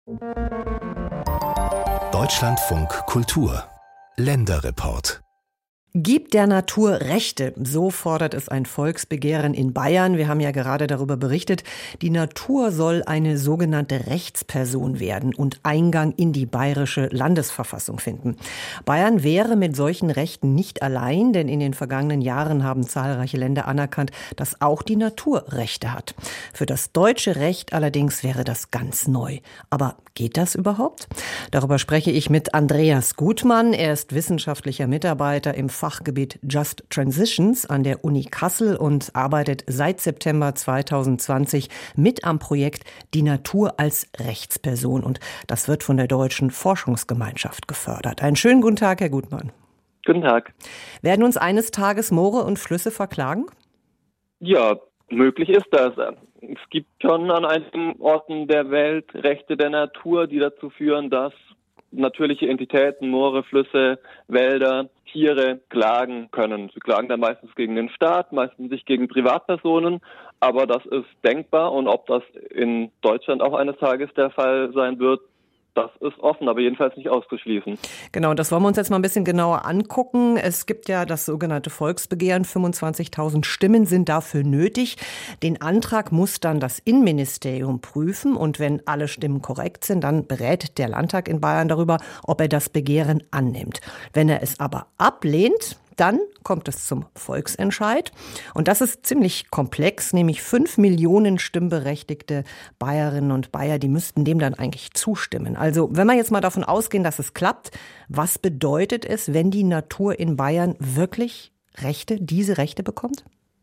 Deutschlandfunk Kultur Länderreport. Gib der Natur Rechte, so fordert es ein Volksbegehren in Bayern. Wir haben ja gerade darüber berichtet, die Natur soll eine sogenannte Rechtsperson werden und Eingang in die bayerische Landesverfassung finden. Bayern wäre mit solchen Rechten nicht allein, denn in den vergangenen Jahren haben zahlreiche Länder anerkannt, dass auch die Natur Rechte hat. Für das deutsche Recht allerdings wäre das ganz neu. Aber geht das überhaupt? Darüber spreche ich mit Andreas Gutmann. Er ist wissenschaftlicher Mitarbeiter im Fachgebiet Just Transitions an der Uni Kassel und arbeitet seit September 2020 mit am Projekt Die Natur als Rechtsperson. Und das wird von der Deutschen Forschungsgemeinschaft gefördert. Einen schönen guten Tag, Herr Gutmann. Guten Tag. Werden uns eines Tages Moore und Flüsse verklagen? Ja, möglich ist das. Es gibt schon an einigen Orten der Welt Rechte der Natur, die dazu führen, dass natürliche Entitäten, Moore, Flüsse, Wälder, Tiere klagen können. Sie klagen dann meistens gegen den Staat, meistens nicht gegen Privatpersonen, aber das ist denkbar und ob das in Deutschland auch eines Tages der Fall sein wird, das ist offen, aber jedenfalls nicht auszuschließen. Genau, das wollen wir uns jetzt mal ein bisschen genauer angucken. Es gibt ja das sogenannte Volksbegehren. 25.000 Stimmen sind dafür nötig. Den Antrag muss dann das Innenministerium prüfen. Und wenn alle Stimmen korrekt sind, dann berät der Landtag in Bayern darüber, ob er das Begehren annimmt. Wenn er es aber ablehnt, dann kommt es zum Volksentscheid. Und das ist ziemlich komplex, nämlich 5 Millionen stimmberechtigte Bayerinnen und Bayer, die müssten dem dann eigentlich zustimmen. Also wenn wir jetzt mal davon ausgehen, dass es klappt, was bedeutet es, wenn die Natur in Bayern wirklich diese Rechte bekommt?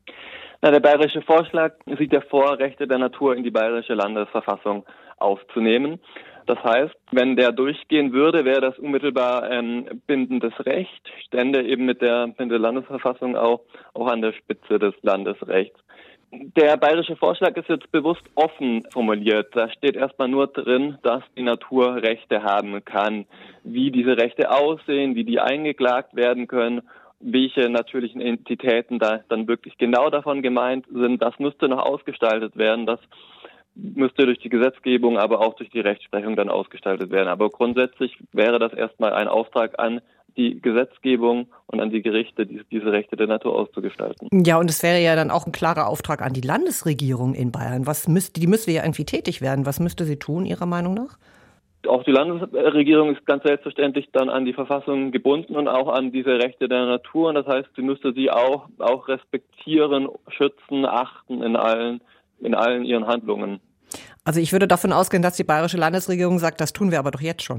Der bayerische Vorschlag sieht ja vor, Rechte der Natur in die bayerische Landesverfassung aufzunehmen. Das heißt, wenn der durchgehen würde, wäre das unmittelbar bindendes Recht, stände eben mit der Landesverfassung auch an der Spitze des Landesrechts. Der bayerische Vorschlag ist jetzt bewusst offen formuliert. Da steht erstmal nur drin, dass die Natur Rechte haben kann. Wie diese Rechte aussehen, wie die eingeklagt werden können, welche natürlichen Entitäten da dann wirklich genau davon gemeint sind, das müsste noch ausgestaltet werden. Das müsste durch die Gesetzgebung, aber auch durch die Rechtsprechung dann ausgestaltet werden. Aber grundsätzlich wäre das erstmal ein Auftrag an die Gesetzgebung und an die Gerichte, diese Rechte der Natur auszugestalten. Ja, und es wäre ja dann auch ein klarer Auftrag an die Landesregierung in Bayern. Die müsste ja irgendwie tätig werden. Was müsste sie tun, Ihrer Meinung nach? Auch die Landesregierung ist ganz selbstverständlich dann an die Verfassung gebunden und auch an diese Rechte der Natur. Und das heißt, sie müsste sie auch respektieren, schützen, achten in allen ihren Handlungen. Also ich würde davon ausgehen, dass die bayerische Landesregierung sagt, das tun wir aber doch jetzt schon.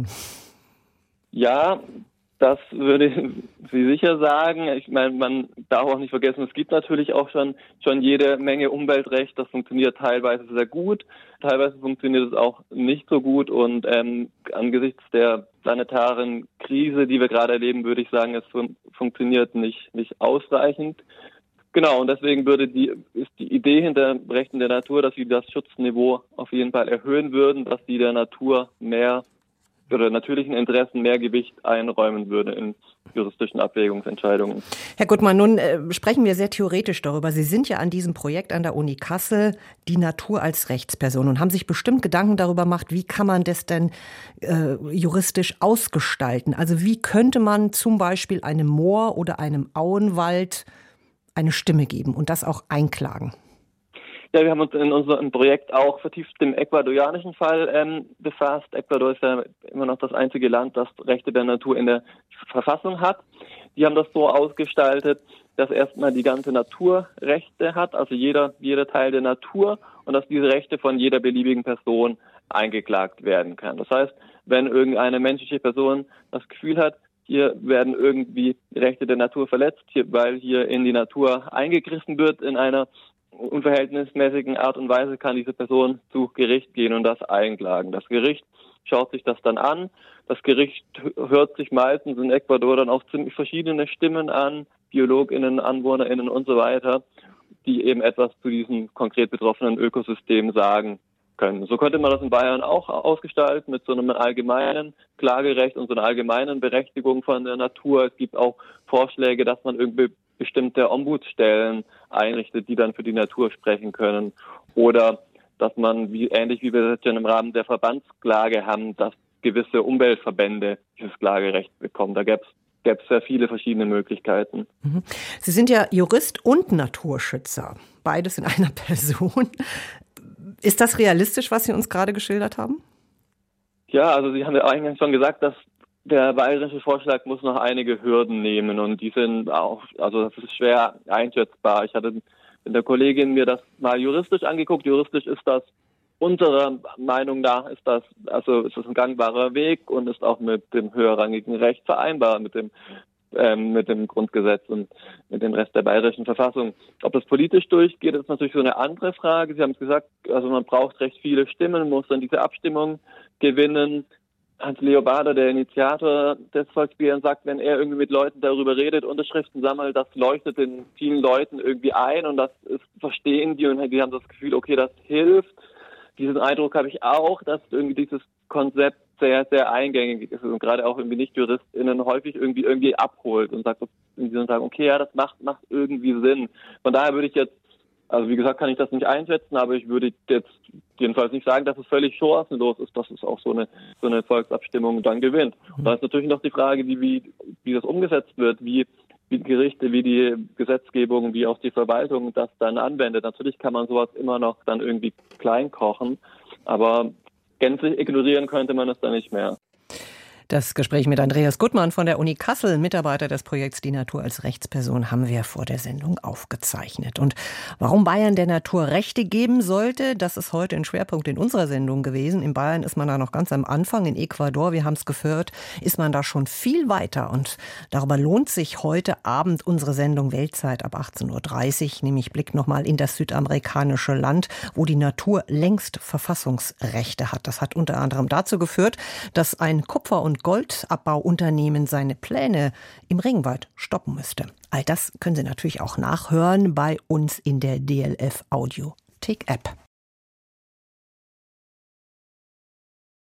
Ja, das würde sie sicher sagen. Ich meine, man darf auch nicht vergessen, es gibt natürlich auch schon jede Menge Umweltrecht. Das funktioniert teilweise sehr gut, teilweise funktioniert es auch nicht so gut. Und angesichts der planetaren Krise, die wir gerade erleben, würde ich sagen, es funktioniert nicht ausreichend. Genau, und deswegen ist die Idee hinter Rechten der Natur, dass sie das Schutzniveau auf jeden Fall erhöhen würden, dass sie der Natur mehr oder natürlichen Interessen mehr Gewicht einräumen würde in juristischen Abwägungsentscheidungen. Herr Gutmann, nun sprechen wir sehr theoretisch darüber. Sie sind ja an diesem Projekt an der Uni Kassel, die Natur als Rechtsperson, und haben sich bestimmt Gedanken darüber gemacht, wie kann man das denn juristisch ausgestalten? Also wie könnte man zum Beispiel einem Moor oder einem Auenwald eine Stimme geben und das auch einklagen? Ja, wir haben uns in unserem Projekt auch vertieft im ecuadorianischen Fall befasst. Ecuador ist ja immer noch das einzige Land, das Rechte der Natur in der Verfassung hat. Die haben das so ausgestaltet, dass erstmal die ganze Natur Rechte hat, also jeder Teil der Natur, und dass diese Rechte von jeder beliebigen Person eingeklagt werden kann. Das heißt, wenn irgendeine menschliche Person das Gefühl hat, hier werden irgendwie Rechte der Natur verletzt, weil hier in die Natur eingegriffen wird in einer unverhältnismäßigen Art und Weise, kann diese Person zu Gericht gehen und das einklagen. Das Gericht schaut sich das dann an. Das Gericht hört sich meistens in Ecuador dann auch ziemlich verschiedene Stimmen an, BiologInnen, AnwohnerInnen und so weiter, die eben etwas zu diesem konkret betroffenen Ökosystem sagen können. So könnte man das in Bayern auch ausgestalten mit so einem allgemeinen Klagerecht und so einer allgemeinen Berechtigung von der Natur. Es gibt auch Vorschläge, dass man irgendwie bestimmte Ombudsstellen einrichtet, die dann für die Natur sprechen können. Oder dass man, ähnlich wie wir das schon im Rahmen der Verbandsklage haben, dass gewisse Umweltverbände dieses Klagerecht bekommen. Da gäbe es sehr viele verschiedene Möglichkeiten. Sie sind ja Jurist und Naturschützer, beides in einer Person. Ist das realistisch, was Sie uns gerade geschildert haben? Ja, also Sie haben ja eingangs schon gesagt, dass der bayerische Vorschlag muss noch einige Hürden nehmen und die sind auch, also das ist schwer einschätzbar. Ich hatte mit der Kollegin mir das mal juristisch angeguckt. Juristisch ist das unserer Meinung nach ist das ein gangbarer Weg und ist auch mit dem höherrangigen Recht vereinbar, mit dem Grundgesetz und mit dem Rest der bayerischen Verfassung. Ob das politisch durchgeht, ist natürlich so eine andere Frage. Sie haben es gesagt, also man braucht recht viele Stimmen, muss dann diese Abstimmung gewinnen. Hans-Leo Bader, der Initiator des Volksbegehrens, sagt, wenn er irgendwie mit Leuten darüber redet, Unterschriften sammelt, das leuchtet den vielen Leuten irgendwie ein und verstehen die und die haben das Gefühl, okay, das hilft. Diesen Eindruck habe ich auch, dass irgendwie dieses Konzept sehr, sehr eingängig ist und gerade auch irgendwie Nicht-JuristInnen häufig irgendwie abholt und sagt, okay, ja, das macht irgendwie Sinn. Von daher würde ich jetzt, also wie gesagt, kann ich das nicht einschätzen, aber ich würde jetzt jedenfalls nicht sagen, dass es völlig chancenlos ist, dass es auch so eine Volksabstimmung dann gewinnt. Und da ist natürlich noch die Frage, wie das umgesetzt wird, wie die Gerichte, wie die Gesetzgebung, wie auch die Verwaltung das dann anwendet. Natürlich kann man sowas immer noch dann irgendwie klein kochen, aber gänzlich ignorieren könnte man es dann nicht mehr. Das Gespräch mit Andreas Gutmann von der Uni Kassel, Mitarbeiter des Projekts Die Natur als Rechtsperson, haben wir vor der Sendung aufgezeichnet. Und warum Bayern der Natur Rechte geben sollte, das ist heute ein Schwerpunkt in unserer Sendung gewesen. In Bayern ist man da noch ganz am Anfang. In Ecuador, wir haben es gehört, ist man da schon viel weiter. Und darüber lohnt sich heute Abend unsere Sendung Weltzeit ab 18.30 Uhr, nämlich Blick nochmal in das südamerikanische Land, wo die Natur längst Verfassungsrechte hat. Das hat unter anderem dazu geführt, dass ein Kupfer- und Goldabbauunternehmen seine Pläne im Regenwald stoppen müsste. All das können Sie natürlich auch nachhören bei uns in der DLF Audiothek App.